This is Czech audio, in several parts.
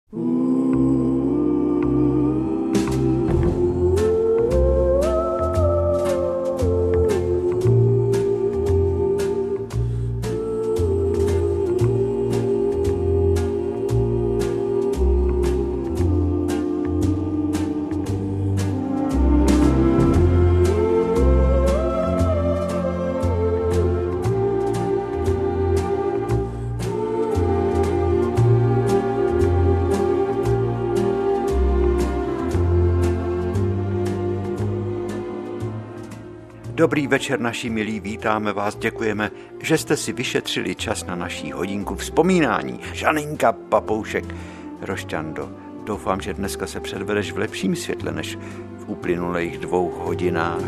Dobrý večer, naši milí, vítáme vás, děkujeme, že jste si vyšetřili čas na naší hodinku vzpomínání. Žaninka Papoušek, Rošťando, doufám, že dneska se předvedeš v lepším světle, než v uplynulých 2 hodinách.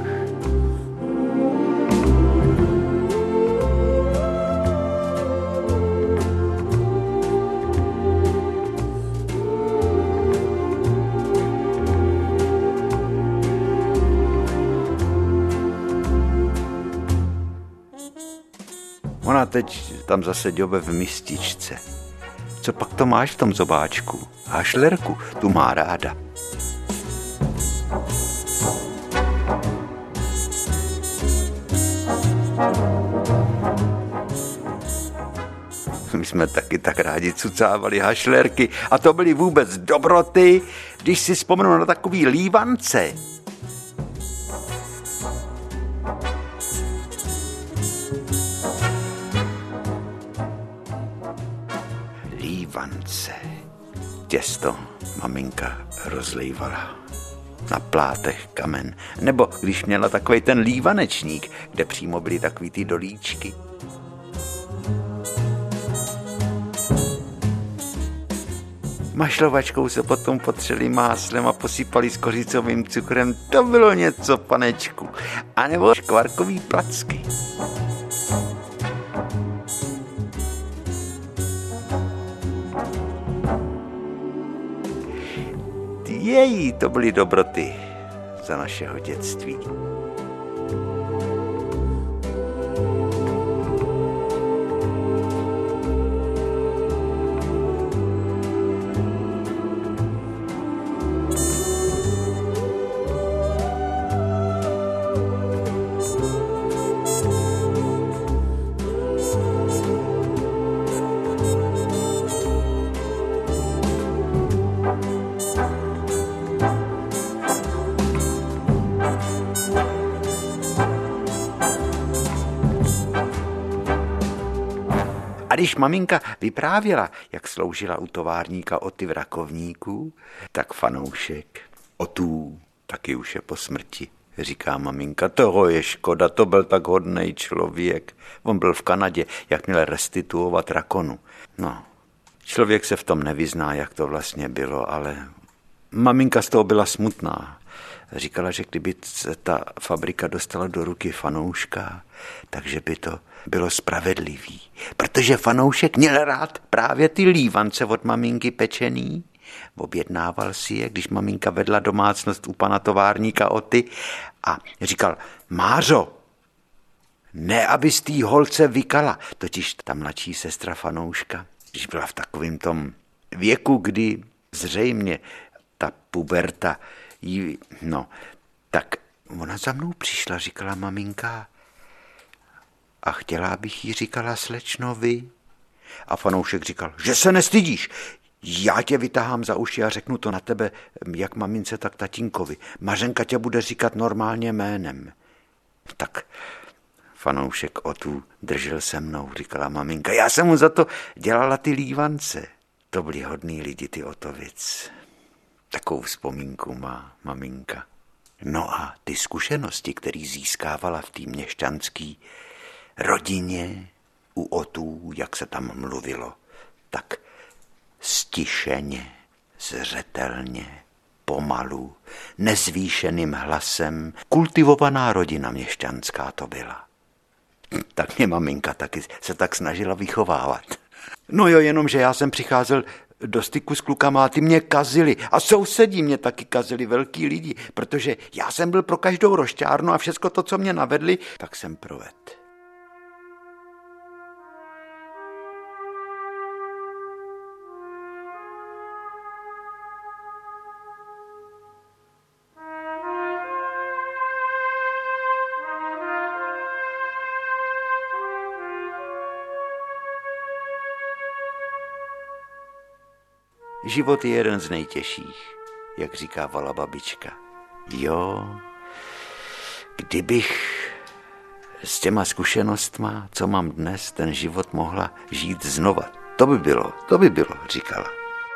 Ona teď tam zase ďobe v mističce. Co pak to máš v tom zobáčku? Hašlerku, tu má ráda. My jsme taky tak rádi cucávali hašlerky a to byly vůbec dobroty, když si vzpomenu na takový lívance. Těsto maminka rozlejvala na plátech kamen. Nebo když měla takovej ten lívanečník, kde přímo byly takový ty dolíčky. Mašlovačkou se potom potřeli máslem a posypali s kořicovým cukrem. To bylo něco, panečku. A nebo škvarkový placky. Její, to byly dobroty za našeho dětství. A když maminka vyprávěla, jak sloužila u továrníka Oty v Rakovníku, tak fanoušek Otů taky už je po smrti. Říká maminka, toho je škoda, to byl tak hodnej člověk. On byl v Kanadě, jak měl restituovat rakonu. No, člověk se v tom nevyzná, jak to vlastně bylo, ale maminka z toho byla smutná. Říkala, že kdyby se ta fabrika dostala do ruky fanouška, takže by to bylo spravedlivý. Protože fanoušek měl rád právě ty lívance od maminky pečený. Objednával si je, když maminka vedla domácnost u pana továrníka Oty a říkal, Mářo, ne, abys tý holce vykala. Totiž ta mladší sestra fanouška, když byla v takovém tom věku, kdy zřejmě ta puberta jí, no, tak ona za mnou přišla, říkala maminka, a chtěla, abych jí říkala slečno vy. A fanoušek říkal, že se nestydíš. Já tě vytahám za uši a řeknu to na tebe, jak mamince, tak tatínkovi. Mařenka tě bude říkat normálně jménem. Tak fanoušek Otů držel se mnou, říkala maminka. Já jsem mu za to dělala ty lívance. To byli hodný lidi, ty Otovic. Takovou vzpomínku má maminka. No a ty zkušenosti, které získávala v té měšťanské rodině u Otů, jak se tam mluvilo, tak stišeně, zřetelně, pomalu, nezvýšeným hlasem, kultivovaná rodina měšťanská to byla. Tak mě maminka taky se tak snažila vychovávat. No jo, jenomže já jsem přicházel do styku s klukama a ty mě kazili. A sousedí mě taky kazili, velký lidi, protože já jsem byl pro každou rošťárnu a všecko to, co mě navedli, tak jsem provedl. Život je jeden z nejtěžších, jak říkávala babička. Jo, kdybych s těma zkušenostma, co mám dnes, ten život mohla žít znova. To by bylo, říkala.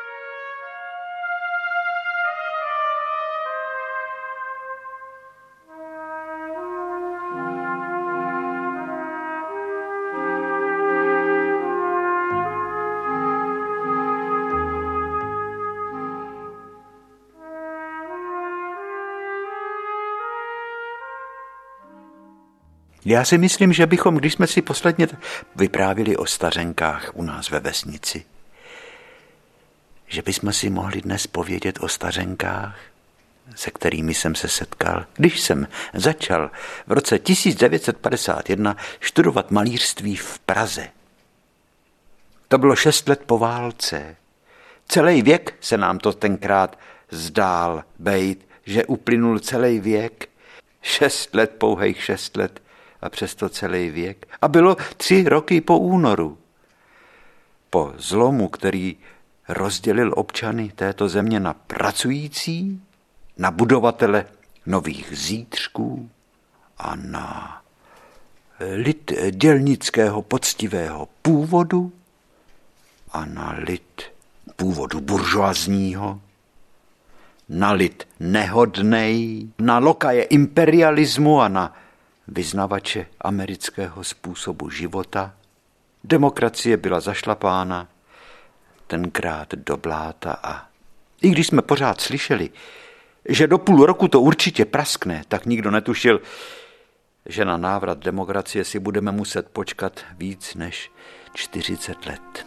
Já si myslím, že bychom, když jsme si posledně vyprávěli o stařenkách u nás ve vesnici, že bychom si mohli dnes povědět o stařenkách, se kterými jsem se setkal, když jsem začal v roce 1951 studovat malířství v Praze. To bylo 6 let po válce. Celý věk se nám to tenkrát zdál bejt, že uplynul celý věk. 6 let, pouhých 6 let. A přesto celý věk. A bylo 3 roky po únoru. Po zlomu, který rozdělil občany této země na pracující, na budovatele nových zítřků a na lid dělnického poctivého původu a na lid původu buržoazního, na lid nehodnej, na lokaje imperialismu a na vyznavače amerického způsobu života. Demokracie byla zašlapána, tenkrát do bláta a i když jsme pořád slyšeli, že do půl roku to určitě praskne, tak nikdo netušil, že na návrat demokracie si budeme muset počkat víc než 40 let.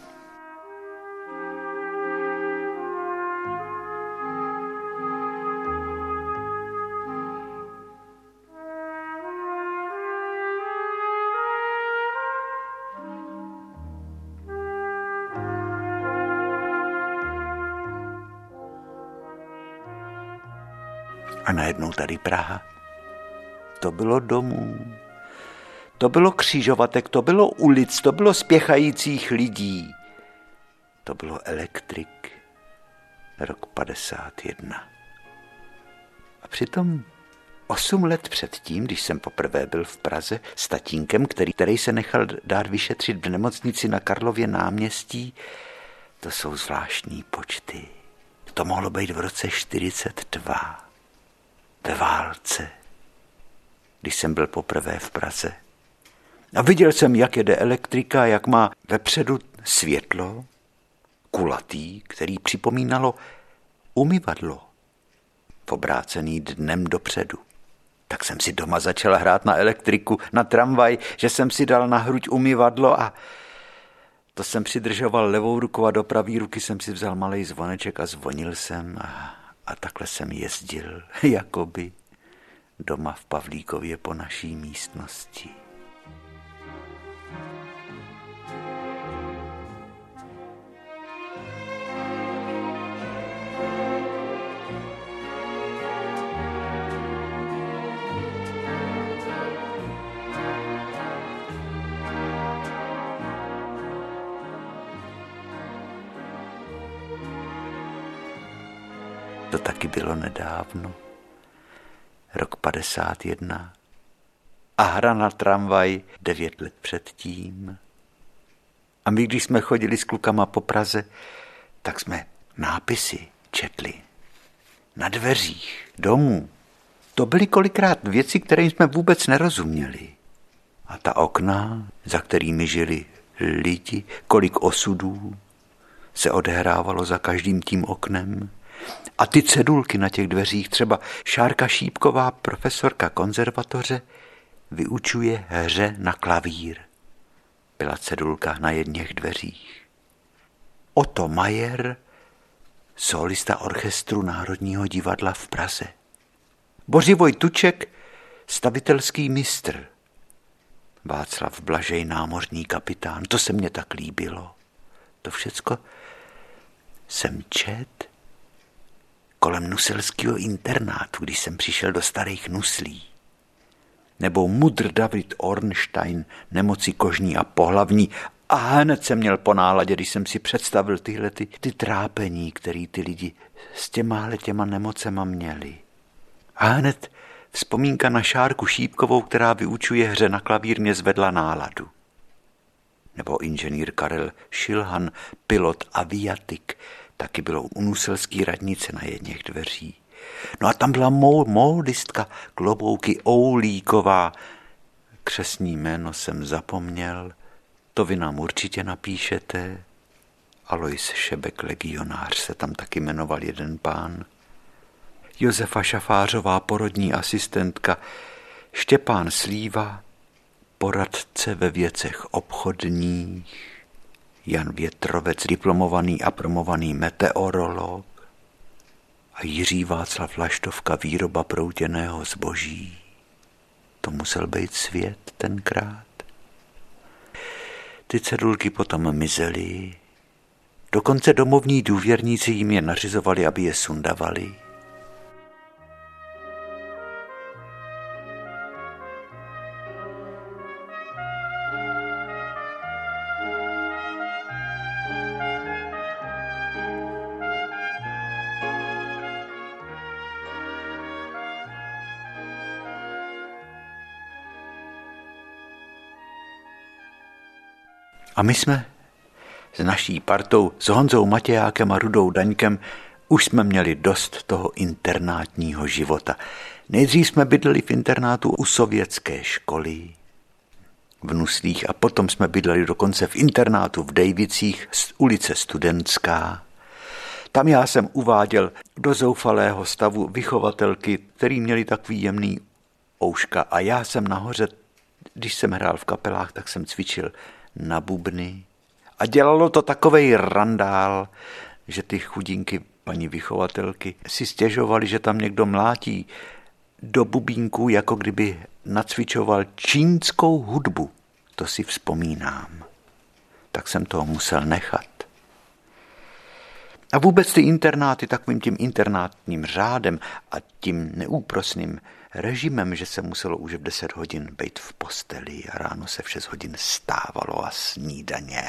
A najednou tady Praha. To bylo domů, to bylo křižovatek, to bylo ulic, to bylo spěchajících lidí. To bylo elektrik, rok 51. A přitom 8 let předtím, když jsem poprvé byl v Praze s tatínkem, který se nechal dát vyšetřit v nemocnici na Karlově náměstí, to jsou zvláštní počty. To mohlo být v roce 42. Ve válce, když jsem byl poprvé v Praze. A viděl jsem, jak jede elektrika, jak má vepředu světlo, kulatý, který připomínalo umyvadlo, obrácený dnem dopředu. Tak jsem si doma začal hrát na elektriku, na tramvaj, že jsem si dal na hruď umyvadlo a to jsem přidržoval levou rukou a do pravé ruky jsem si vzal malej zvoneček a zvonil jsem a takhle jsem jezdil, jakoby doma v Pavlíkově po naší místnosti. To taky bylo nedávno, rok 51 a hra na tramvaj 9 let předtím. A my, když jsme chodili s klukama po Praze, tak jsme nápisy četli na dveřích domů. To byly kolikrát věci, které jsme vůbec nerozuměli. A ta okna, za kterými žili lidi, kolik osudů se odehrávalo za každým tím oknem. A ty cedulky na těch dveřích, třeba Šárka Šípková, profesorka konzervatoře, vyučuje hře na klavír. Byla cedulka na jedněch dveřích. Otto Majer, solista orchestru Národního divadla v Praze. Bořivoj Tuček, stavitelský mistr. Václav Blažej, námořní kapitán. To se mně tak líbilo. To všecko jsem čet kolem nuselského internátu, když jsem přišel do Starých Nuslí. Nebo mudr David Ornstein, nemoci kožní a pohlavní A hned jsem měl po náladě, když jsem si představil tyhle ty trápení, který ty lidi s těma nemocema měli. A hned vzpomínka na Šárku Šípkovou, která vyučuje hře na klavír, mě zvedla náladu. Nebo inženýr Karel Šilhan, pilot aviatik, taky bylo u Nuselský radnice na jedněch dveří. No a tam byla módistka Klobouky Oulíková. Křestní jméno jsem zapomněl, to vy nám určitě napíšete. Alois Šebek, legionář, se tam taky jmenoval jeden pán. Josefa Šafářová, porodní asistentka, Štěpán Slíva, poradce ve věcech obchodních, Jan Větrovec, diplomovaný a promovaný meteorolog a Jiří Václav Laštovka, výroba proutěného zboží. To musel být svět tenkrát. Ty cedulky potom mizely, dokonce domovní důvěrníci jim je nařizovali, aby je sundavali. A my jsme s naší partou, s Honzou Matějákem a Rudou Daňkem, už jsme měli dost toho internátního života. Nejdřív jsme bydleli v internátu u sovětské školy v Nuslích a potom jsme bydleli dokonce v internátu v Dejvicích z ulice Studentská. Tam já jsem uváděl do zoufalého stavu vychovatelky, který měli takový jemný ouška a já jsem nahoře, když jsem hrál v kapelách, tak jsem cvičil na bubny a dělalo to takovej randál, že ty chudinky paní vychovatelky si stěžovali, že tam někdo mlátí do bubínku, jako kdyby nacvičoval čínskou hudbu. To si vzpomínám. Tak jsem toho musel nechat. A vůbec ty internáty takovým tím internátním řádem a tím neúprosným režimem, že se muselo už v 10 hodin být v posteli a ráno se v 6 hodin stávalo a snídaně.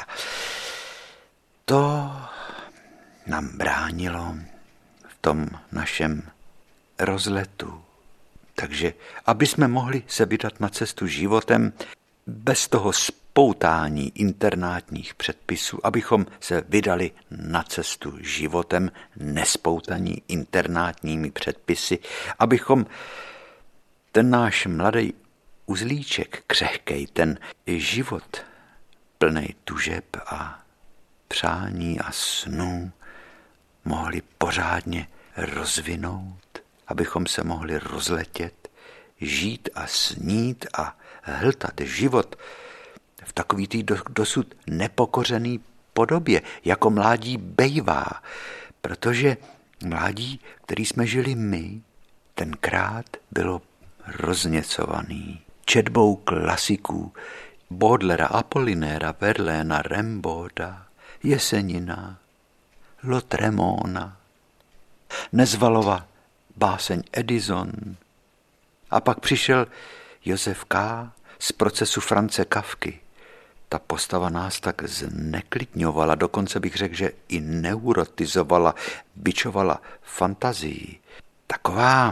To nám bránilo v tom našem rozletu. Takže, aby jsme mohli se vydat na cestu životem bez toho spoutání internátních předpisů, abychom se vydali na cestu životem nespoutaní internátními předpisy, abychom ten náš mladý uzlíček, křehkej, ten život plnej tužeb a přání a snů mohli pořádně rozvinout, abychom se mohli rozletět, žít a snít a hltat život v takový tý dosud nepokořený podobě, jako mládí bejvá, protože mládí, který jsme žili my, tenkrát bylo rozněcovaný četbou klasiků Baudelaira, Apolinéra, Verlaina, Rimbaуда, Jesenina, Lautremona, Nezvalova báseň Edison. A pak přišel Josef K. z procesu Franze Kafky. Ta postava nás tak zneklidňovala, dokonce bych řekl, že i neurotizovala, bičovala fantazii. Taková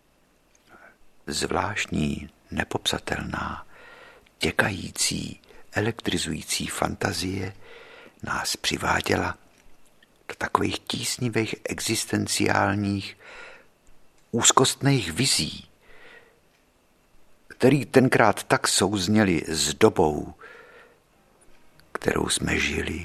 zvláštní, nepopsatelná, těkající, elektrizující fantazie nás přiváděla do takových tísnivých existenciálních úzkostných vizí, který tenkrát tak souzněli s dobou, kterou jsme žili.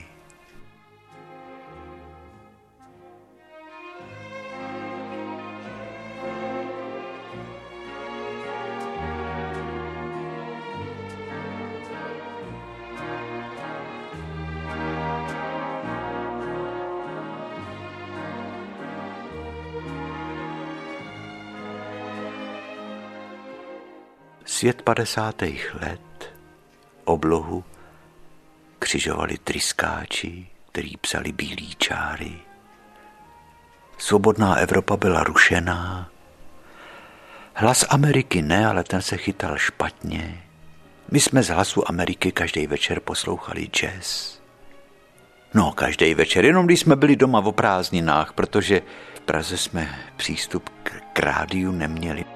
Svět 50. let oblohu křižovali tryskáči, který psali bílý čáry. Svobodná Evropa byla rušená. Hlas Ameriky ne, ale ten se chytal špatně. My jsme z Hlasu Ameriky každý večer poslouchali jazz. No, každý večer, jenom když jsme byli doma o prázdninách, protože v Praze jsme přístup k rádiu neměli.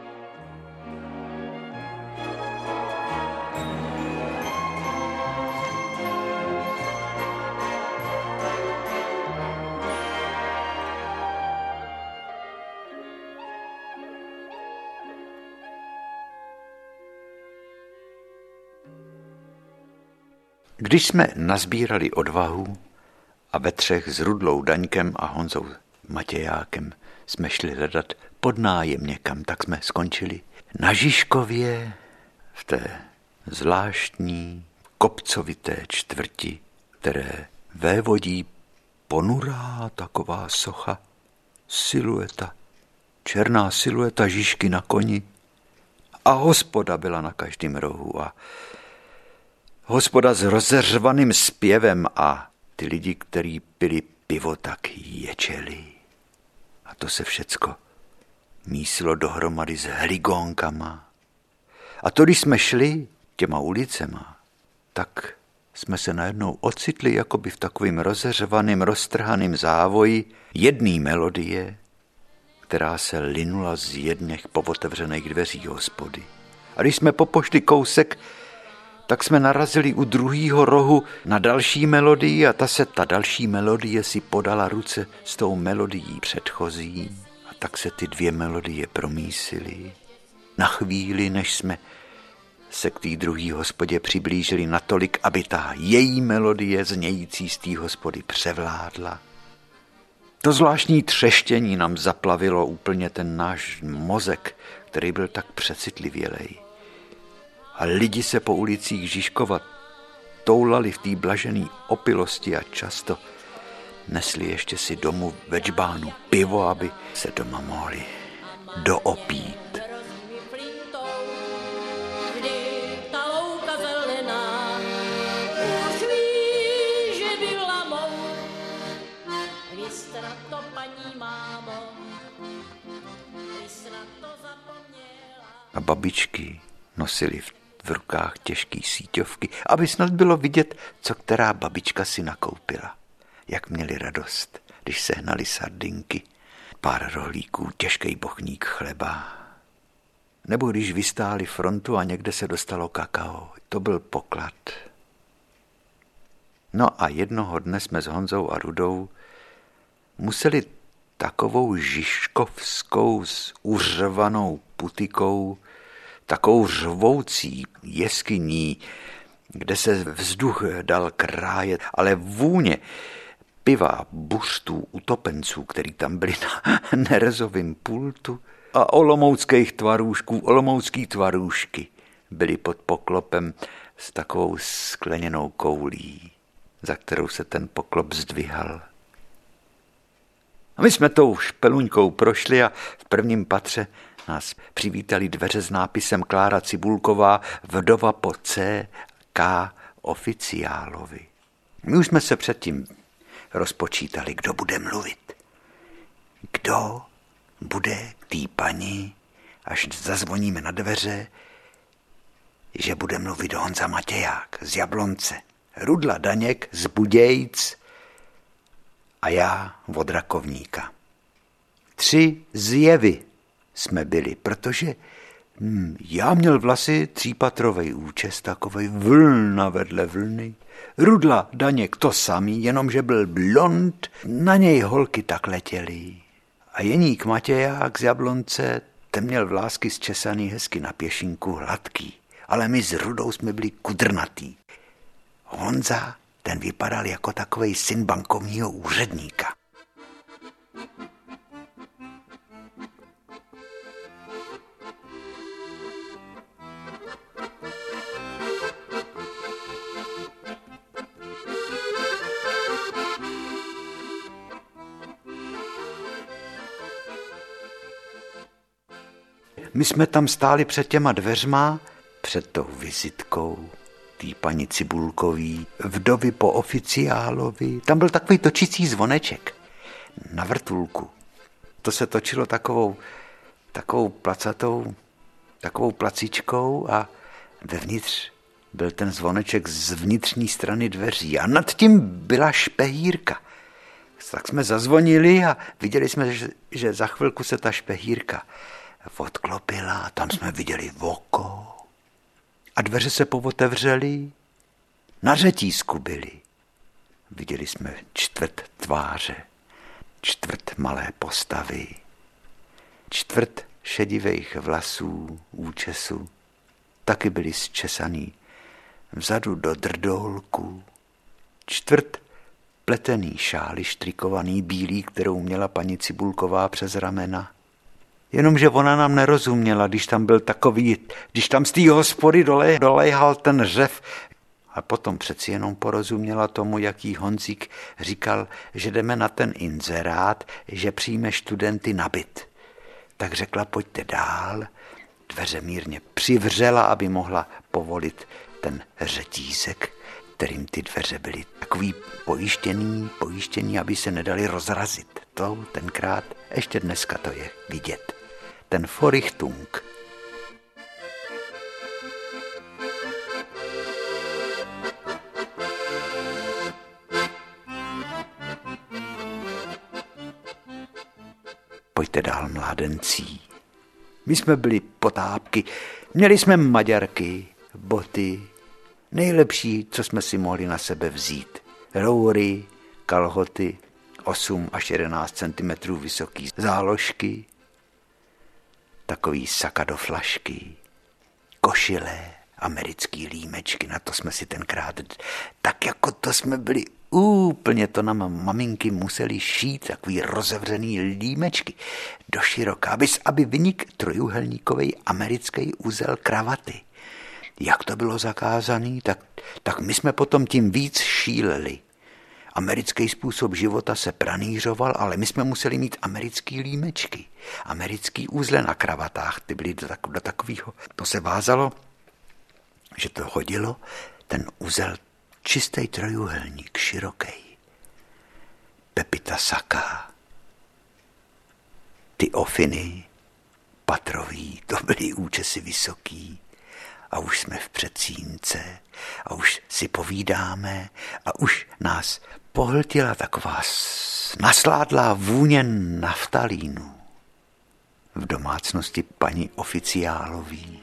Když jsme nazbírali odvahu a ve třech s Rudlou Daňkem a Honzou Matějákem jsme šli hledat podnájem někam, tak jsme skončili na Žižkově v té zvláštní kopcovité čtvrti, které vévodí ponurá taková socha, silueta, černá silueta Žižky na koni a hospoda byla na každém rohu a hospoda s rozeřvaným zpěvem a ty lidi, kteří pili pivo, tak ječeli. A to se všecko mísilo dohromady s heligónkama. A to, když jsme šli těma ulicema, tak jsme se najednou ocitli jakoby v takovým rozeřvaným, roztrhaným závoji jedné melodie, která se linula z jedněch povotevřených dveří hospody. A když jsme popošli kousek, tak jsme narazili u druhého rohu na další melodii a ta další melodie si podala ruce s tou melodií předchozí a tak se ty dvě melodie promísily. Na chvíli, než jsme se k té druhé hospodě přiblížili natolik, aby ta její melodie znějící z té hospody převládla. To zvláštní třeštění nám zaplavilo úplně ten náš mozek, který byl tak přecitlivělej. A lidi se po ulicích Žižkova toulali v té blažené opilosti a často nesli ještě si domů ve džbánu pivo, aby se doma mohli doopít. A babičky nosily v rukách těžký síťovky, aby snad bylo vidět, co která babička si nakoupila. Jak měli radost, když sehnali sardinky, pár rohlíků, těžký bochník chleba. Nebo když vystáli frontu a někde se dostalo kakao. To byl poklad. No a jednoho dne jsme s Honzou a Rudou museli takovou žižkovskou s uřvanou putikou, takovou řvoucí jeskyní, kde se vzduch dal krájet, ale vůně piva, buřtů, utopenců, který tam byli na nerezovém pultu a olomoucký tvarůžky byly pod poklopem s takovou skleněnou koulí, za kterou se ten poklop zdvihal. A my jsme tou špeluňkou prošli a v prvním patře nás přivítali dveře s nápisem Klára Cibulková, vdova po C.K. oficiálovi. My už jsme se předtím rozpočítali, kdo bude mluvit. Kdo bude k té paní, až zazvoníme na dveře, že bude mluvit Honza Matěják z Jablonce, Rudla Daněk z Budějc a já od Rakovníka. 3 zjevy jsme byli, protože já měl vlasy 3patrovej účes, takovej vlna vedle vlny. Rudla Daněk to samý, jenomže byl blond, na něj holky tak letěly. A Jeník Matěják z Jablonce, ten měl vlásky zčesaný hezky na pěšinku, hladký, ale my s Rudou jsme byli kudrnatý. Honza, ten vypadal jako takovej syn bankovního úředníka. My jsme tam stáli před těma dveřma, před tou vizitkou tý paní Cibulkový, vdovy po oficiálovi. Tam byl takový točící zvoneček na vrtulku. To se točilo takovou placatou, takovou placičkou a vevnitř byl ten zvoneček z vnitřní strany dveří a nad tím byla špehírka. Tak jsme zazvonili a viděli jsme, že za chvilku se ta špehírka odklopila a tam jsme viděli oko. A dveře se povotevřely, na řetízku byly. Viděli jsme čtvrt tváře, čtvrt malé postavy, čtvrt šedivých vlasů, účesů, taky byli zčesaný vzadu do drdolku, čtvrt pletený šály štrikovaný bílý, kterou měla paní Cibulková přes ramena. Jenomže ona nám nerozuměla, když tam byl takový, když tam z té hospody dolejhal ten řev. A potom přeci jenom porozuměla tomu, jaký Honzík říkal, že jdeme na ten inzerát, že přijme studenty na byt. Tak řekla, pojďte dál, dveře mírně přivřela, aby mohla povolit ten řetízek, kterým ty dveře byly takový pojištěný, aby se nedali rozrazit. To tenkrát, ještě dneska to je vidět. Ten Vorrichtung. Pojďte dál, mládencí. My jsme byli potápky, měli jsme maďarky, boty, nejlepší, co jsme si mohli na sebe vzít. Roury, kalhoty, 8 až 11 cm vysoký záložky, takový saka do flašky, košile, americký límečky, na to jsme si tenkrát, tak jako to jsme byli úplně, to nám maminky museli šít, takový rozevřený límečky do široka, aby vynik trojuhelníkovej americký úzel kravaty. Jak to bylo zakázaný, tak my jsme potom tím víc šíleli. Americký způsob života se pranýřoval, ale my jsme museli mít americký límečky, americký úzle na kravatách, ty byly do takového, to se vázalo, že to hodilo, ten úzel, čistý trojuhelník, široký. Pepita saka, ty ofiny, patrový, to byly účesy vysoký. A už jsme v předsínce a už si povídáme a už nás pohltila taková nasládlá vůně naftalínu v domácnosti paní oficiálový.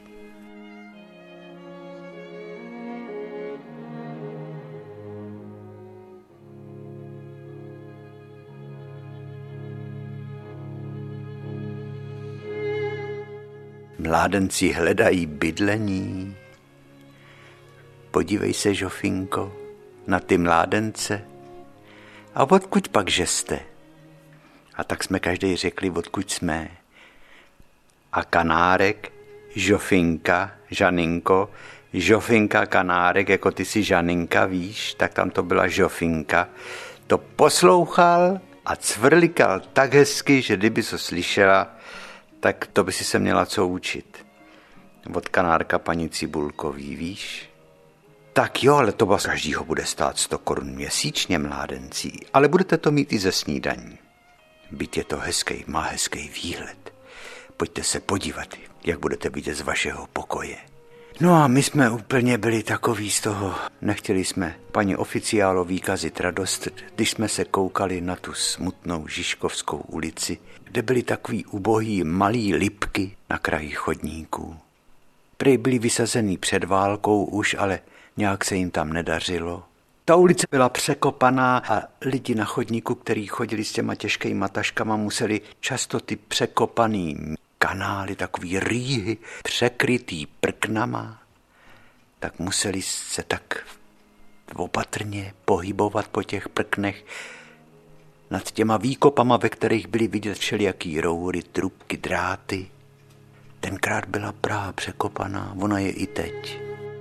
Mládenci hledají bydlení. Podívej se, Žofinko, na ty mládence. A odkud pak, že jste? A tak jsme každý řekli, odkud jsme. A Kanárek, Žofinka, Žaninko, Žofinka, Kanárek, jako ty si Žaninka, víš, tak tam to byla Žofinka. To poslouchal a cvrlikal tak hezky, že kdyby to slyšela, tak to by si se měla co učit. Od Kanárka paní Cibulkový, víš? Tak jo, ale to vás každýho bude stát 100 korun měsíčně, mládencí, ale budete to mít i ze snídaní. Byt je to hezký, má hezký výhled. Pojďte se podívat, jak budete vidět z vašeho pokoje. No a my jsme úplně byli takový z toho. Nechtěli jsme paní oficiálový kazit radost, když jsme se koukali na tu smutnou Žižkovskou ulici, kde byly takový ubohý malý lipky na kraji chodníků. Prej byli vysazený před válkou už, ale nějak se jim tam nedařilo. Ta ulice byla překopaná a lidi na chodníku, kteří chodili s těma těžkýma taškama, museli často ty překopaný kanály, takový rýhy, překrytý prknama, tak museli se tak opatrně pohybovat po těch prknech nad těma výkopama, ve kterých byly vidět všelijaký roury, trubky, dráty. Tenkrát byla Praha překopaná, ona je i teď.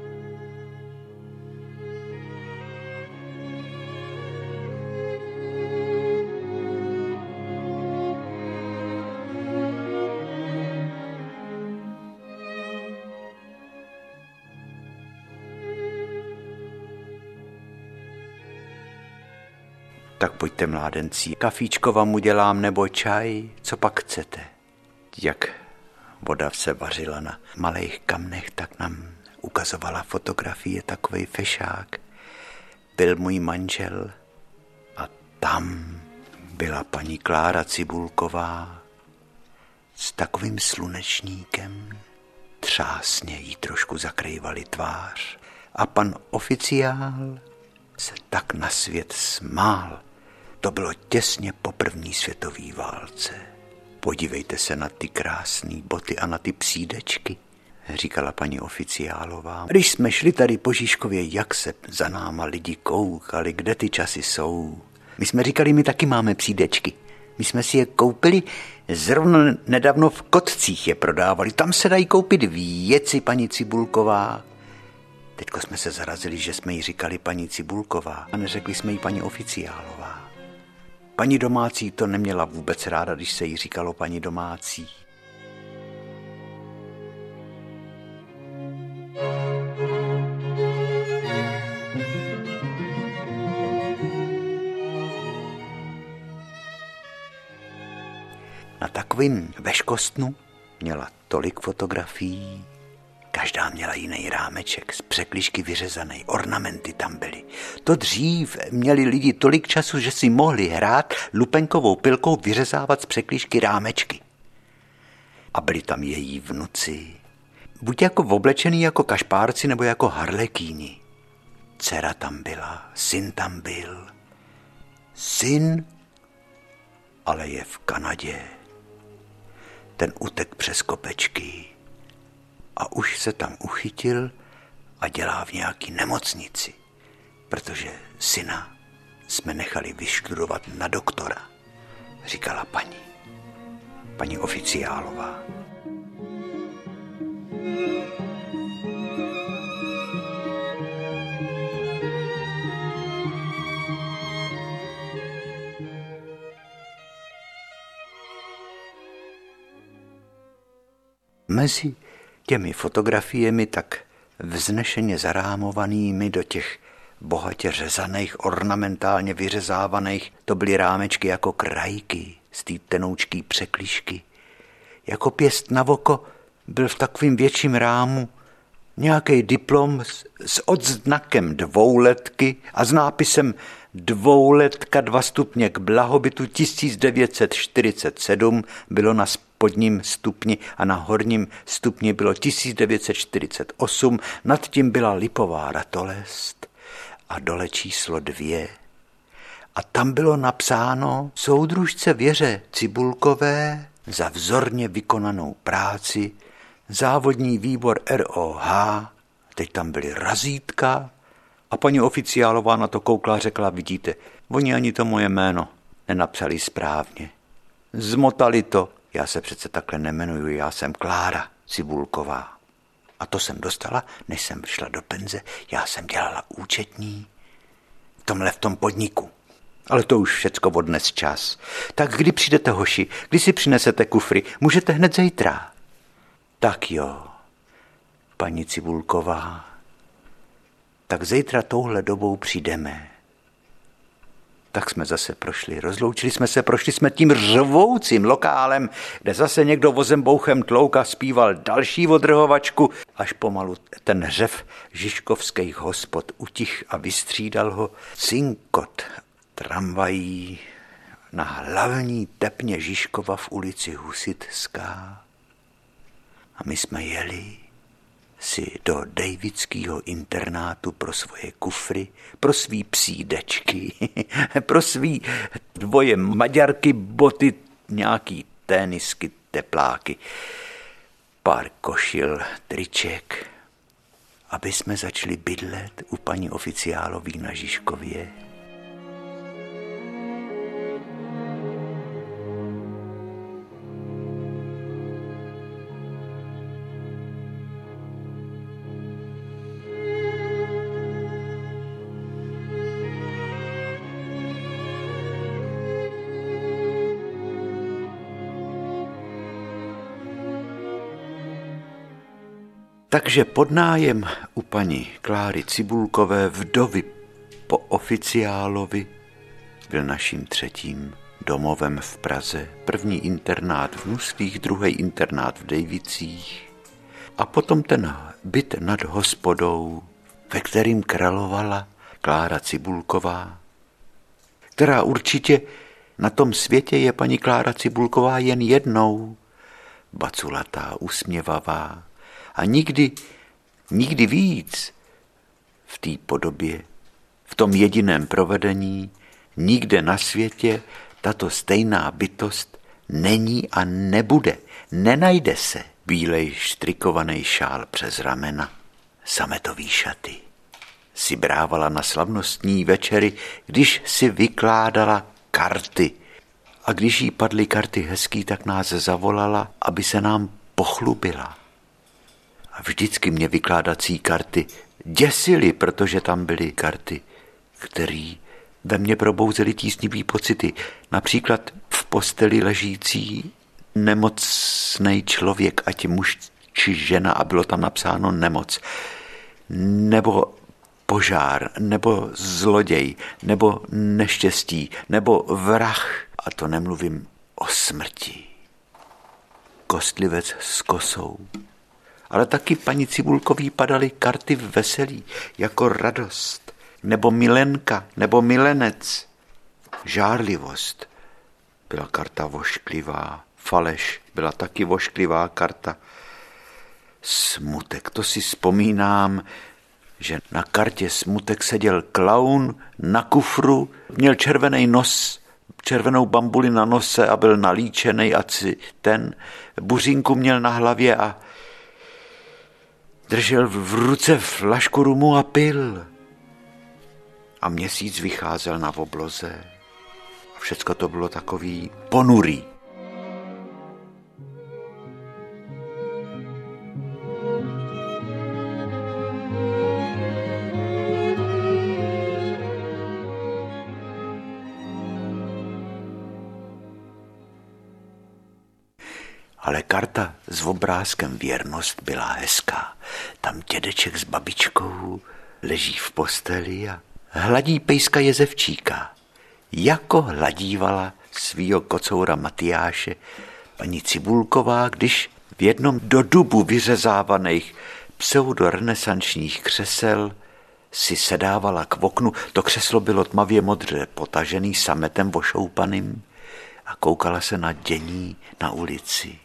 Tak pojďte, mládenci, kafíčko vám udělám nebo čaj, co pak chcete. Jak voda se vařila na malých kamnech, tak nám ukazovala fotografie, takovej fešák, byl můj manžel a tam byla paní Klára Cibulková s takovým slunečníkem. Třásně jí trošku zakrývali tvář a pan oficiál se tak na svět smál. To bylo těsně po první světové válce. Podívejte se na ty krásné boty a na ty psídečky, říkala paní oficiálová. Když jsme šli tady po Žižkově, jak se za náma lidi koukali, kde ty časy jsou. My jsme říkali, my taky máme psídečky. My jsme si je koupili, zrovna nedávno v Kotcích je prodávali. Tam se dají koupit věci, paní Cibulková. Teďko jsme se zarazili, že jsme jí říkali paní Cibulková a neřekli jsme jí paní oficiálová. Paní domácí to neměla vůbec ráda, když se jí říkalo paní domácí. Na takovým veškostnu měla tolik fotografií, každá měla jiný rámeček, z překližky vyřezaný, ornamenty tam byly. To dřív měli lidi tolik času, že si mohli hrát lupenkovou pilkou vyřezávat z překližky rámečky. A byli tam její vnuci, buď jako oblečený jako kašpárci, nebo jako harlekíni. Dcera tam byla, syn tam byl. Syn ale je v Kanadě. Ten utek přes kopečky a už se tam uchytil a dělá v nějaký nemocnici, protože syna jsme nechali vyštudovat na doktora, říkala paní oficiálová. Mezi těmi fotografiemi tak vznešeně zarámovanými do těch bohatě řezaných, ornamentálně vyřezávaných, to byly rámečky jako krajky z té tenoučký překližky. Jako pěst na oko byl v takovým větším rámu nějaký diplom s odznakem dvouletky a s nápisem 2letka 2 stupně k blahobytu 1947 bylo na spodním stupni a na horním stupni bylo 1948, nad tím byla lipová ratolest a dole číslo 2. A tam bylo napsáno soudružce Věře Cibulkové za vzorně vykonanou práci, závodní výbor ROH, teď tam byly razítka a paní oficiálová na to koukla a řekla, vidíte, oni ani to moje jméno nenapsali správně. Zmotali to. Já se přece takhle nemenuju, já jsem Klára Cibulková. A to jsem dostala, než jsem šla do penze, já jsem dělala účetní v tom podniku. Ale to už všecko odnes čas. Tak kdy přijdete, hoši, kdy si přinesete kufry, můžete hned zítra. Tak jo, paní Cibulková, tak zítra touhle dobou přijdeme. Tak jsme zase prošli, rozloučili jsme se, prošli jsme tím řvoucím lokálem, kde zase někdo vozem bouchem tlouk a zpíval další odrhovačku, až pomalu ten řev žižkovských hospod utich a vystřídal ho cinkot tramvají na hlavní tepně Žižkova v ulici Husitská. A my jsme jeli si do davidského internátu pro svoje kufry, pro svý psídečky, pro svý dvoje maďarky, boty, nějaký tenisky, tepláky, pár košil, triček, aby jsme začali bydlet u paní oficiálový na Žižkově. Takže podnájem u paní Kláry Cibulkové, vdovy po oficiálovi, byl naším 3. domovem v Praze. 1. internát v Nuslích, 2. internát v Dejvicích. A potom ten byt nad hospodou, ve kterým královala Klára Cibulková, která určitě na tom světě je paní Klára Cibulková jen jednou, baculatá, usměvavá a nikdy víc v té podobě, v tom jediném provedení, nikde na světě tato stejná bytost není a nebude, nenajde se. Bílej štrikovaný šál přes ramena, sametový šaty. Si brávala na slavnostní večery, když si vykládala karty. A když jí padly karty hezký, tak nás zavolala, aby se nám pochlubila. A vždycky mě vykládací karty děsily, protože tam byly karty, které ve mně probouzely tísnivý pocity. Například v posteli ležící nemocný člověk, ať muž či žena, a bylo tam napsáno nemoc, nebo požár, nebo zloděj, nebo neštěstí, nebo vrah. A to nemluvím o smrti. Kostlivec s kosou. Ale taky paní Cibulkový padaly karty veselí, jako radost, nebo milenka, nebo milenec. Žárlivost byla karta vošklivá, faleš byla taky vošklivá karta. Smutek, to si vzpomínám, že na kartě smutek seděl klaun na kufru, měl červený nos, červenou bambuli na nose a byl nalíčený a ten buřinku měl na hlavě a držel v ruce flašku rumu a pil. A měsíc vycházel na obloze. A všecko to bylo takový ponurý. Ale karta s obrázkem věrnost byla hezká. Tam dědeček s babičkou leží v posteli a hladí pejska Jezevčíka, jako hladívala svýho kocoura Matyáše paní Cibulková, když v jednom do dubu vyřezávaných pseudorenesančních křesel si sedávala k oknu. To křeslo bylo tmavě modře potažený sametem ošoupaným a koukala se na dění na ulici.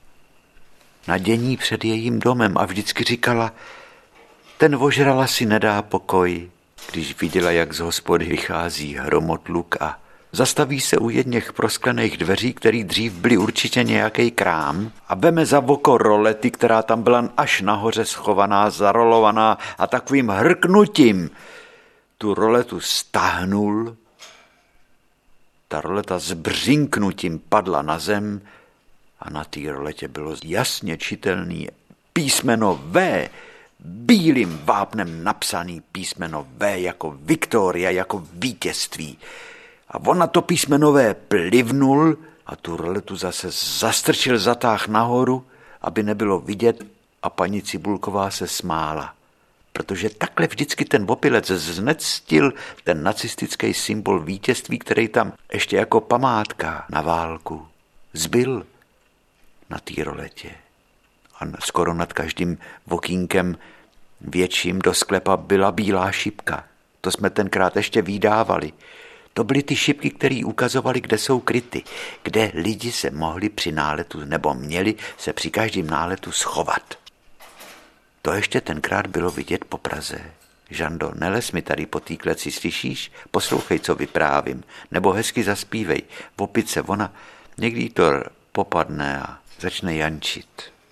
Na dění před jejím domem a vždycky říkala, ten ožrala si nedá pokoj, když viděla, jak z hospody vychází hromotluk a zastaví se u jedněch prosklených dveří, který dřív byly určitě nějaký krám a veme za oko rolety, která tam byla až nahoře schovaná, zarolovaná a takovým hrknutím tu roletu stáhnul. Ta roleta s břinknutím padla na zem a na té roletě bylo jasně čitelný písmeno V, bílým vápnem napsaný písmeno V jako Viktoria, jako vítězství. A on na to písmeno V plivnul a tu roletu zase zastrčil, zatáh nahoru, aby nebylo vidět, a paní Cibulková se smála. Protože takhle vždycky ten opilec znectil ten nacistický symbol vítězství, který tam ještě jako památka na válku zbyl na té roletě. A skoro nad každým okýnkem větším do sklepa byla bílá šipka. To jsme tenkrát ještě vydávali. To byly ty šipky, které ukazovaly, kde jsou kryty, kde lidi se mohli při náletu nebo měli se při každém náletu schovat. To ještě tenkrát bylo vidět po Praze. Žando, nelez mi tady po té kleci, slyšíš? Poslouchej, co vyprávím. Nebo hezky zaspívej. V opice, ona někdy to popadne a začne jančit.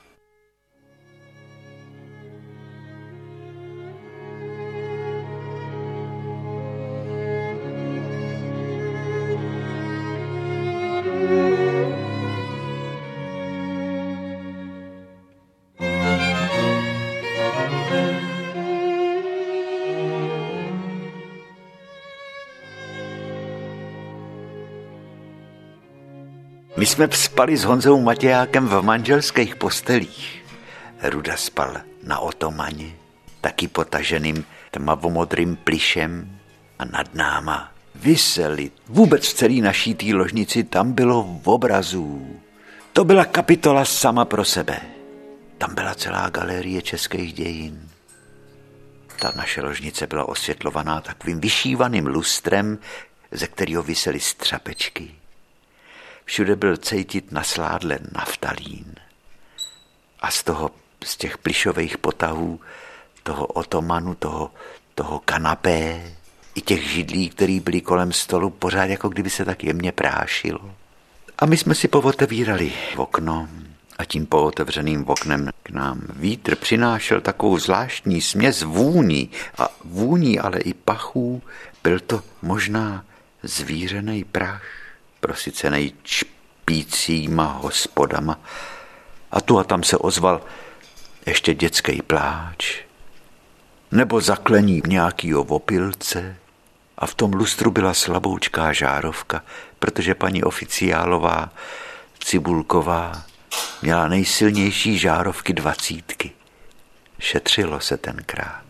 My jsme spali s Honzou Matějákem v manželských postelích. Ruda spal na otomaně, taky potaženým tmavomodrým plyšem a nad náma visely. Vůbec v celé naší té ložnici tam bylo obrazů. To byla kapitola sama pro sebe. tam byla celá galerie českých dějin. Ta naše ložnice byla osvětlovaná takovým vyšívaným lustrem, ze kterého visely střapečky. Všude byl cítit na sládle naftalín. A z těch plišových potahů, toho otomanu, toho kanapé, i těch židlí, které byly kolem stolu, pořád jako kdyby se tak jemně prášilo. A my jsme si povotevírali okno a tím pootevřeným oknem k nám vítr přinášel takovou zvláštní směs vůní, ale i pachů. Byl to možná zvířený prach, prosycený čpícíma hospodama. A tu a tam se ozval ještě dětský pláč nebo zaklení nějakýho opilce. A v tom lustru byla slaboučká žárovka, protože paní oficiálová Cibulková měla nejsilnější žárovky 20. Šetřilo se tenkrát.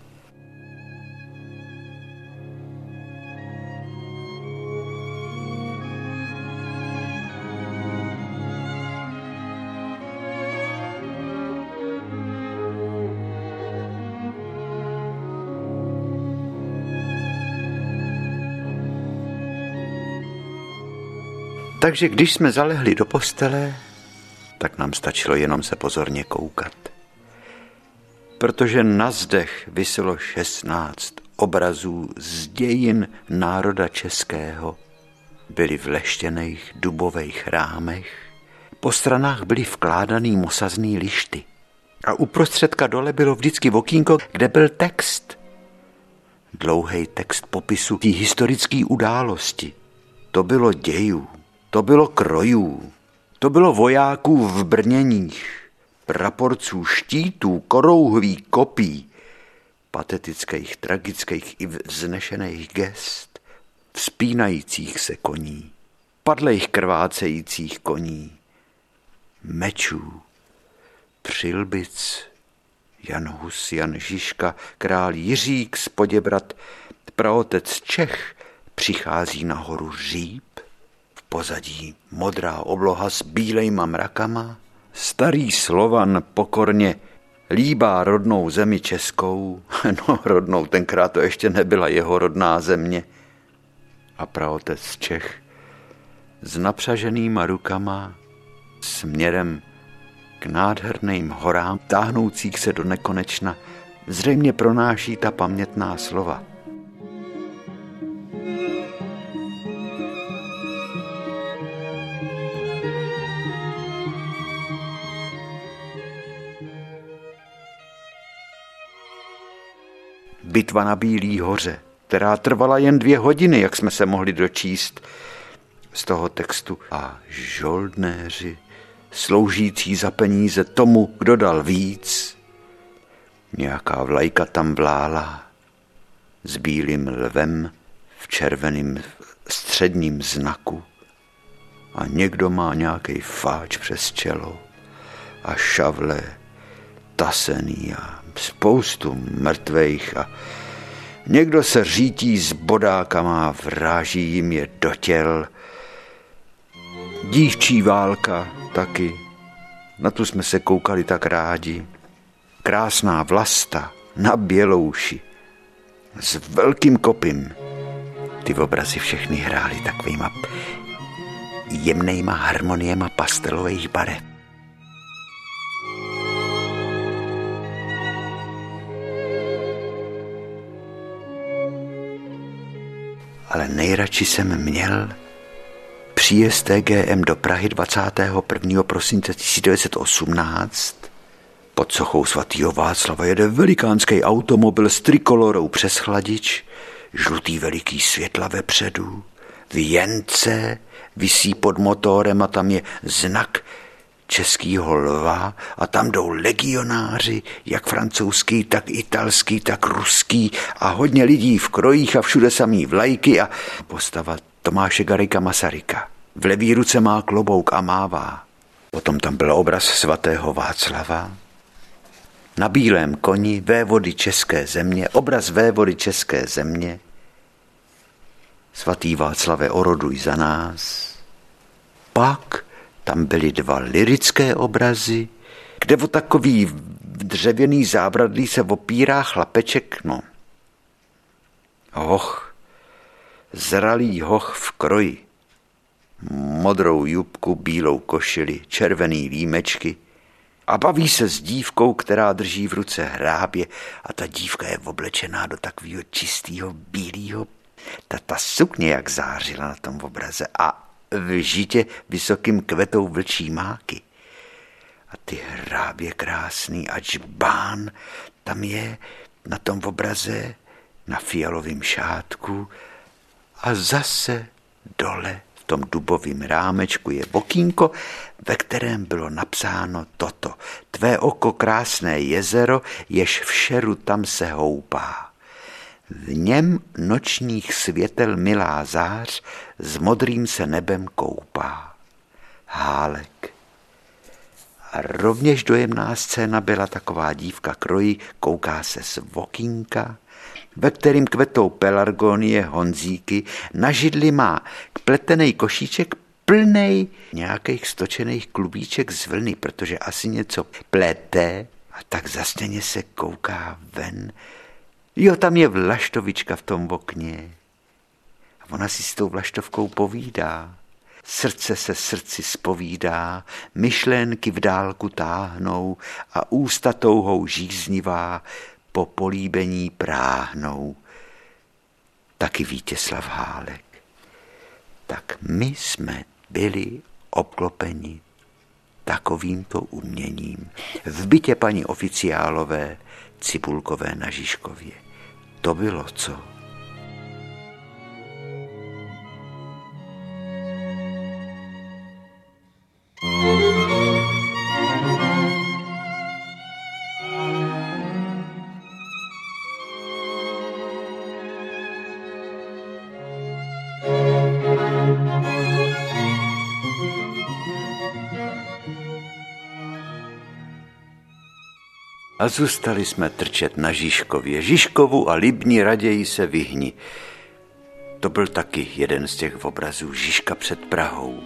Takže když jsme zalehli do postele, tak nám stačilo jenom se pozorně koukat. Protože na zdech viselo 16 obrazů z dějin národa českého. Byly v leštěných dubových rámech, po stranách byly vkládaný mosazný lišty. A uprostředka dole bylo vždycky okýnko, kde byl text. Dlouhý text popisu té historické události. To bylo dějů. To bylo krojů, to bylo vojáků v brněních, praporců, štítů, korouhví, kopí, patetických, tragických i vznešených gest, vzpínajících se koní, padlejch krvácejících koní, mečů, přilbic, Jan Hus, Jan Žižka, král Jiřík z Poděbrad, praotec Čech, přichází nahoru Říp, pozadí modrá obloha s bílejma mrakama, starý Slovan pokorně líbá rodnou zemi českou, no rodnou, tenkrát to ještě nebyla jeho rodná země, a praotec Čech s napřaženýma rukama směrem k nádherným horám, táhnoucích se do nekonečna, zřejmě pronáší ta pamětná slova. Bitva na Bílý hoře, která trvala jen 2 hodiny, jak jsme se mohli dočíst z toho textu. A žoldnéři, sloužící za peníze tomu, kdo dal víc. Nějaká vlajka tam vlála s bílým lvem v červeném středním znaku. A někdo má nějaký fáč přes čelo a šavle tasený a spoustu mrtvejch a někdo se řítí s bodákama a vráží jim je do těl. Dívčí válka taky, na tu jsme se koukali tak rádi. Krásná Vlasta na Bělouši s velkým kopím. Ty obrazy všechny hrály takovýma jemnejma harmoniema pastelových barev. Ale nejradši jsem měl příjezd TGM do Prahy 21. prosince 1918. Pod sochou svatého Václava jede velikánský automobil s trikolorou přes chladič, žlutý veliký světla vepředu, věnce visí pod motorem a tam je znak českýho lva a tam jdou legionáři, jak francouzský, tak italský, tak ruský a hodně lidí v krojích a všude samý vlajky a postava Tomáše Garrigua Masaryka. V levý ruce má klobouk a mává. Potom tam byl obraz svatého Václava. Na bílém koni vévody české země, obraz vévody české země. Svatý Václave, oroduj za nás. Pak tam byly 2 lyrické obrazy, kde o takový dřevěný zábradlí se opírá chlapeček, hoch, zralý hoch v kroji, modrou jubku, bílou košili, červený límečky a baví se s dívkou, která drží v ruce hrábě a ta dívka je oblečená do takového čistého bílého. Ta sukně jak zářila na tom obraze a v žitě vysokým kvetou vlčí máky. A ty hrábě krásný a džbán tam je na tom obraze na fialovém šátku a zase dole v tom dubovém rámečku je okýnko, ve kterém bylo napsáno toto: Tvé oko krásné jezero, jež v šeru tam se houpá. V něm nočních světel milá zář s modrým se nebem koupá. Hálek. A rovněž dojemná scéna byla taková dívka krojí, kouká se z okýnka, ve kterým kvetou pelargonie honzíky, na židli má pletený košíček plnej nějakých stočených klubíček z vlny, protože asi něco plete, a tak zasněně se kouká ven. Jo, tam je vlaštovička v tom okně. A ona si s tou vlaštovkou povídá. Srdce se srdci zpovídá, myšlenky v dálku táhnou a ústa touhou žíznivá po políbení práhnou. Taky Vítězslav Hálek. Tak my jsme byli obklopeni takovýmto uměním v bytě paní oficiálové Cibulkové na Žižkově. To bylo co? A zůstali jsme trčet na Žižkově. Žižkovu a Libni raději se vyhni. To byl taky jeden z těch obrazů Žižka před Prahou.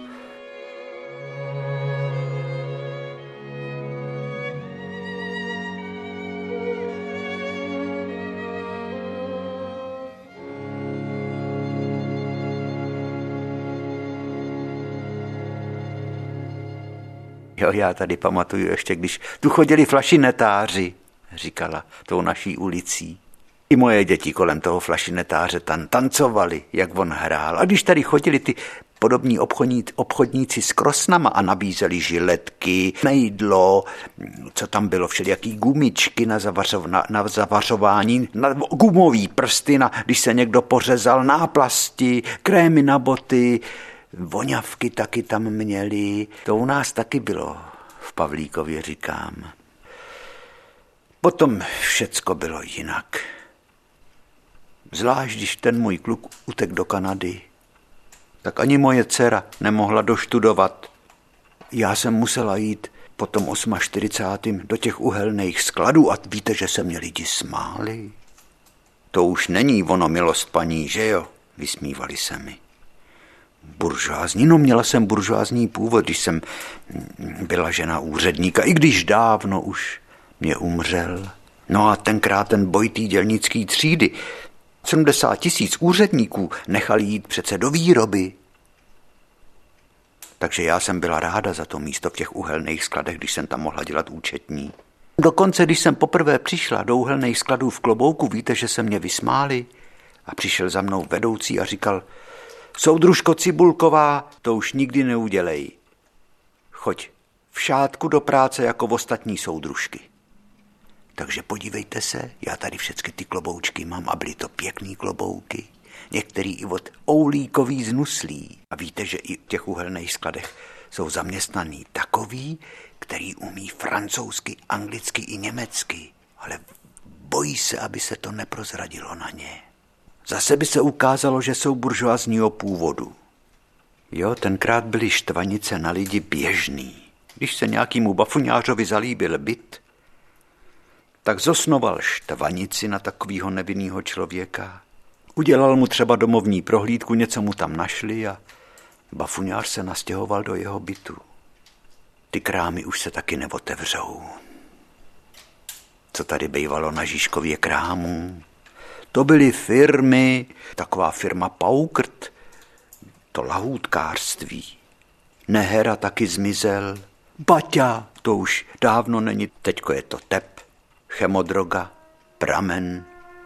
Jo, já tady pamatuju ještě, když tu chodili flašinetáři, říkala tou naší ulicí. I moje děti kolem toho flašinetáře tancovali, jak on hrál. A když tady chodili ty podobní obchodníci s krosnama a nabízeli žiletky, jídlo, co tam bylo, všelijaký gumičky na zavařování, na gumový prsty, když se někdo pořezal, náplasti, krémy na boty, voňavky taky tam měli. To u nás taky bylo v Pavlíkově, říkám. Potom všecko bylo jinak. Zvlášť, když ten můj kluk utek do Kanady, tak ani moje dcera nemohla doštudovat. Já jsem musela jít po tom 48. do těch uhelných skladů a víte, že se mě lidi smáli. To už není ono, milost paní, že jo? Vysmívali se mi. Buržoázní, měla jsem buržoázní původ, když jsem byla žena úředníka, i když dávno už mě umřel. No a tenkrát ten boj té dělnický třídy, 70 000 úředníků nechali jít přece do výroby. Takže já jsem byla ráda za to místo v těch uhelných skladech, když jsem tam mohla dělat účetní. Dokonce, když jsem poprvé přišla do uhelných skladů v Klobouku, víte, že se mě vysmáli a přišel za mnou vedoucí a říkal: Soudružko Cibulková, to už nikdy neudělej. Choď v šátku do práce jako ostatní soudružky. Takže podívejte se, já tady všechny ty kloboučky mám a byly to pěkný klobouky. Některý i od oulíkový znuslí. A víte, že i v těch uhelných skladech jsou zaměstnaný takový, který umí francouzsky, anglicky i německy. Ale bojí se, aby se to neprozradilo na ně. Zase by se ukázalo, že jsou buržoazního původu. Jo, tenkrát byly štvanice na lidi běžný. Když se nějakému bafuňářovi zalíbil byt, tak zosnoval štvanici na takovýho nevinného člověka. Udělal mu třeba domovní prohlídku, něco mu tam našli a bafuňář se nastěhoval do jeho bytu. ty krámy už se taky neotevřou. Co tady bývalo na Žižkově krámů? To byly firmy, taková firma Paukrt, to lahůdkářství. Nehera taky zmizel. Baťa, to už dávno není. Teďko je to Tep, Chemodroga, Pramen.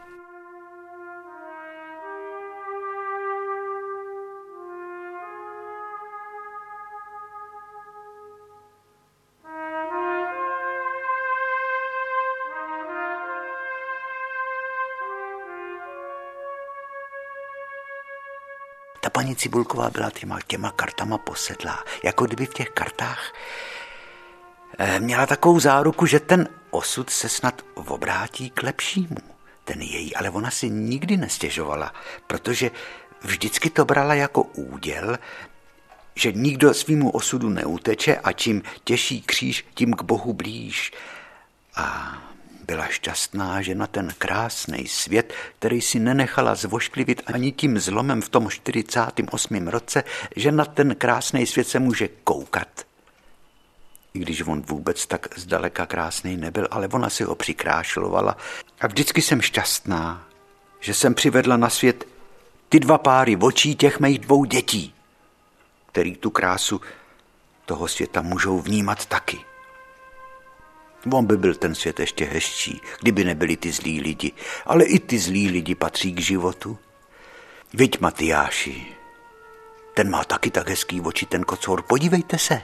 Ta paní Cibulková byla těma kartama posedlá. Jako kdyby v těch kartách měla takovou záruku, že ten osud se snad obrátí k lepšímu. Ten její, ale ona si nikdy nestěžovala, protože vždycky to brala jako úděl, že nikdo svýmu osudu neuteče a čím těžší kříž, tím k Bohu blíž. A byla šťastná, že na ten krásný svět, který si nenechala zvošklivit ani tím zlomem v tom 48. roce, že na ten krásný svět se může koukat. I když on vůbec tak zdaleka krásný nebyl, ale ona si ho přikrášlovala. A vždycky jsem šťastná, že jsem přivedla na svět ty dva páry očí těch mých dvou dětí, který tu krásu toho světa můžou vnímat taky. On by byl ten svět ještě hezčí, kdyby nebyli ty zlí lidi, ale i ty zlí lidi patří k životu. Viď, Matyáši, ten má taky tak hezký oči, ten kocour, podívejte se.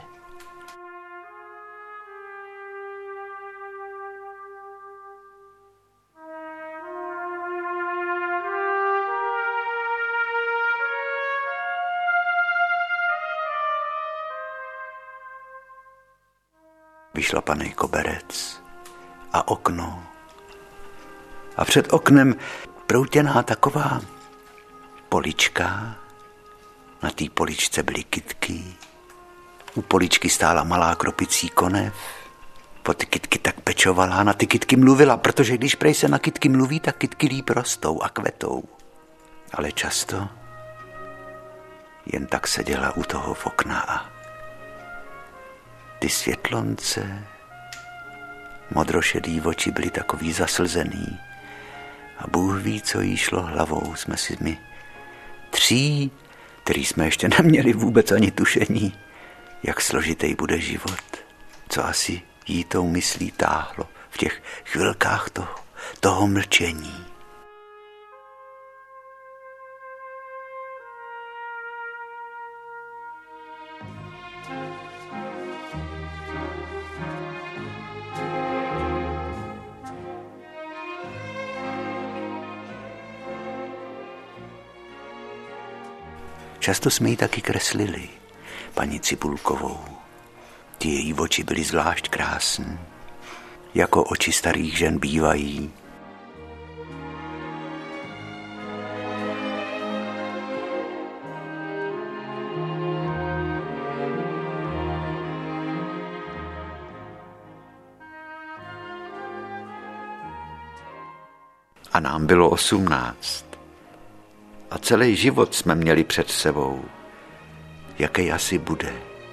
Vyšlapaný koberec a okno. A před oknem proutěná taková polička. Na té poličce byly kytky. U poličky stála malá kropicí konev. Po ty kytky tak pečovala, na ty kytky mluvila, protože když prej se na kytky mluví, tak kytky líp rostou a kvetou. Ale často jen tak seděla u toho okna a ty světlonce, modrošedý oči byly takový zaslzený a Bůh ví, co jí šlo hlavou. Jsme si my tří, který jsme ještě neměli vůbec ani tušení, jak složitý bude život, co asi jí tou myslí táhlo v těch chvilkách toho mlčení. Často jsme ji taky kreslili, paní Cibulkovou. Ty její oči byly zvlášť krásné, jako oči starých žen bývají. A nám bylo 18. A celý život jsme měli před sebou. Jaký asi bude?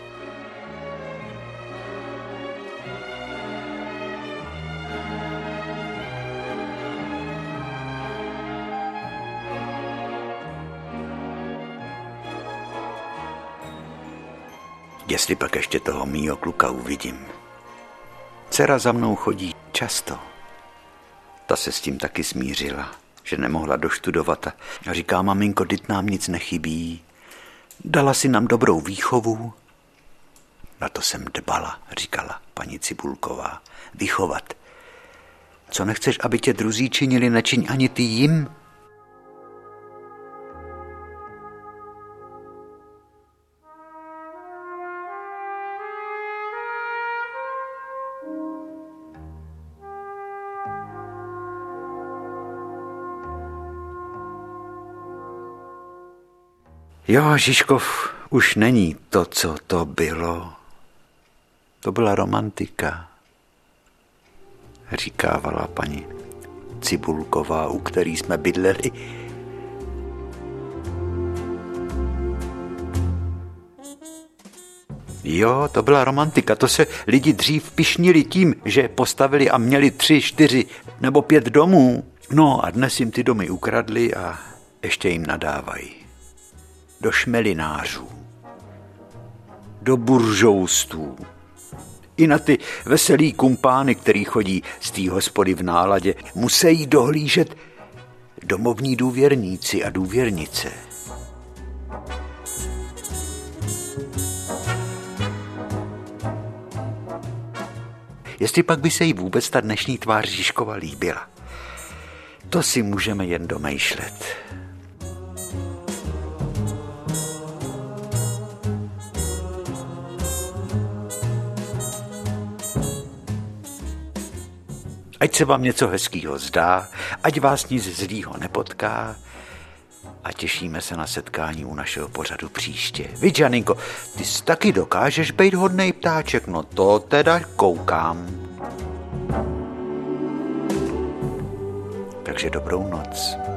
Jestli pak ještě toho mýho kluka uvidím. Dcera za mnou chodí často. Ta se s tím taky smířila, že nemohla doštudovat a říká, maminko, dyť nám nic nechybí. Dala si nám dobrou výchovu. Na to jsem dbala, říkala paní Cibulková. Vychovat. Co nechceš, aby tě druzí činili, nečiň ani ty jim. Jo, Žižkov už není to, co to bylo. To byla romantika, říkávala paní Cibulková, u který jsme bydleli. Jo, to byla romantika, to se lidi dřív pyšnili tím, že postavili a měli 3, 4 nebo 5 domů. No a dnes jim ty domy ukradli a ještě jim nadávají. Do šmelinářů, do buržoustů, i na ty veselý kumpány, který chodí z té hospody v náladě, musí dohlížet domovní důvěrníci a důvěrnice. Jestli pak by se jí vůbec ta dnešní tvář Žižkova líbila, to si můžeme jen domýšlet. Ať se vám něco hezkýho zdá, ať vás nic zlýho nepotká a těšíme se na setkání u našeho pořadu příště. Víš, Janinko, ty taky dokážeš být hodnej ptáček, no to teda koukám. Takže dobrou noc.